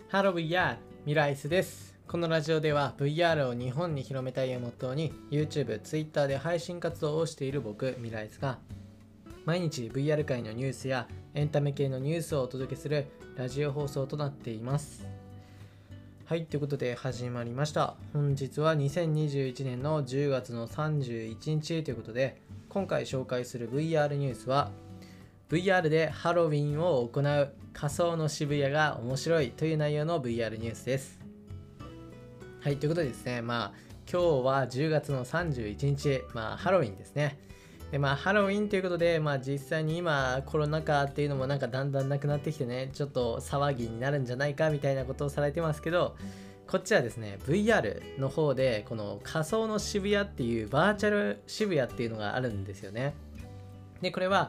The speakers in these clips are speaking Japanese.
ハロー VR ミライスです。このラジオでは VR を日本に広めたいをモットーに YouTube、Twitter で配信活動をしている僕ミライスが毎日 VR 界のニュースやエンタメ系のニュースをお届けするラジオ放送となっています。はい、ということで始まりました。本日は2021年の10月の31日ということで、今回紹介する VR ニュースはVR でハロウィンを行う仮想の渋谷が面白いという内容の VR ニュースです。はい、ということでですね、今日は10月の31日、ハロウィンですね。でハロウィンということで、実際に今コロナ禍っていうのもだんだんなくなってきてね、ちょっと騒ぎになるんじゃないかみたいなことをされてますけど、こっちはですね VR の方でこの仮想の渋谷っていうバーチャル渋谷っていうのがあるんですよね。でこれは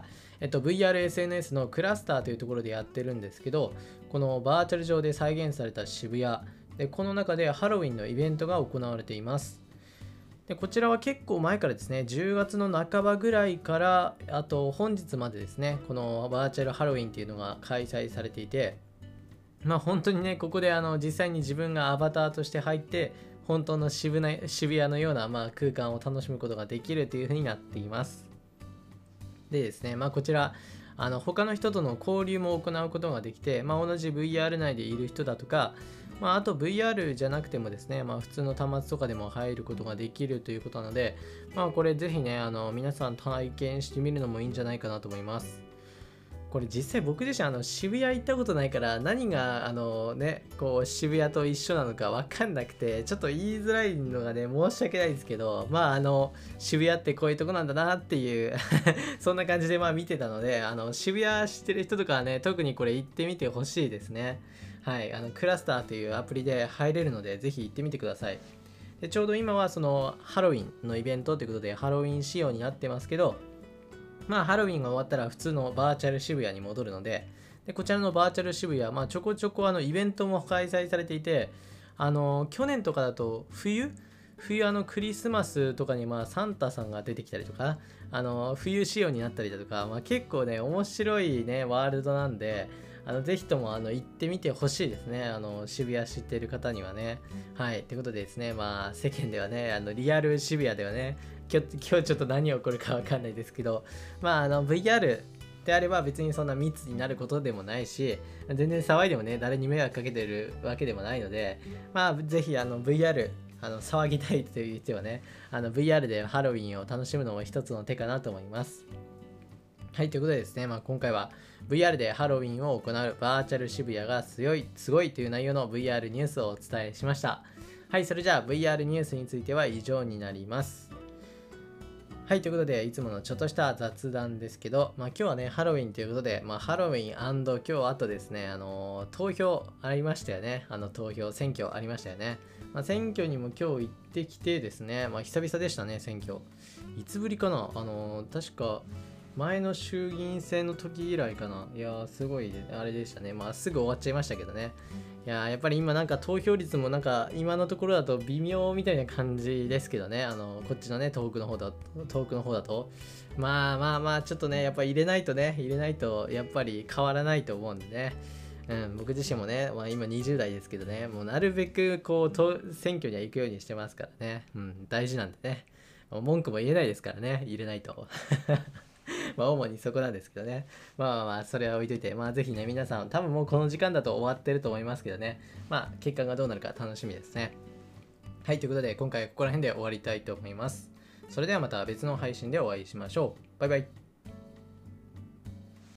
VRSNS のクラスターというところでやってるんですけど、このバーチャル上で再現された渋谷で、この中でハロウィンのイベントが行われています。でこちらは結構前からですね、10月の半ばぐらいからあと本日までですね、このバーチャルハロウィンっていうのが開催されていて、本当にね、ここで実際に自分がアバターとして入って本当の渋谷のような空間を楽しむことができるという風になっています。でですね、こちら他の人との交流も行うことができて、同じ VR 内でいる人だとか、あと VR じゃなくてもですね、普通の端末とかでも入ることができるということなので、これぜひね、皆さん体験してみるのもいいんじゃないかなと思います。これ実際僕自身渋谷行ったことないから、何がこう渋谷と一緒なのか分かんなくてちょっと言いづらいのがね、申し訳ないですけど、渋谷ってこういうとこなんだなっていうそんな感じで見てたので、渋谷知ってる人とかはね、特にこれ行ってみてほしいですね。はい、クラスターというアプリで入れるのでぜひ行ってみてください。でちょうど今はそのハロウィンのイベントということでハロウィン仕様になってますけど、ハロウィンが終わったら普通のバーチャル渋谷に戻るので、こちらのバーチャル渋谷、ちょこちょこイベントも開催されていて、去年とかだと冬クリスマスとかにサンタさんが出てきたりとか、冬仕様になったりだとか、結構ね面白いねワールドなんで、ぜひとも行ってみてほしいですね。渋谷知っている方にはね。はい、ということでですね、世間ではね、リアル渋谷ではね、今日ちょっと何起こるかわかんないですけど、VR であれば別にそんな密になることでもないし、全然騒いでもね、誰に迷惑かけてるわけでもないので、ぜひVR 騒ぎたいという人はね、VR でハロウィンを楽しむのも一つの手かなと思います。はい、ということでですね、今回は VR でハロウィンを行うバーチャル渋谷がすごいという内容の VR ニュースをお伝えしました。はい、それじゃあ VR ニュースについては以上になります。はい、ということでいつものちょっとした雑談ですけど、今日はねハロウィンということで、ハロウィン&今日あとですね、投票ありましたよね。選挙ありましたよね。選挙にも今日行ってきてですね、久々でしたね。選挙いつぶりかな、確か前の衆議院選の時以来かな。いやーすごいあれでしたね。すぐ終わっちゃいましたけどね。いやーやっぱり今投票率も今のところだと微妙みたいな感じですけどね。こっちのね遠くの方だとちょっとねやっぱ入れないとやっぱり変わらないと思うんでね。僕自身もね、今20代ですけどね、もうなるべく選挙には行くようにしてますからね。大事なんでね。文句も言えないですからね、入れないと。主にそこなんですけどね。それは置いといて、ぜひね、皆さん、多分もうこの時間だと終わってると思いますけどね。結果がどうなるか楽しみですね。はい、ということで、今回はここら辺で終わりたいと思います。それではまた別の配信でお会いしましょう。バイバイ。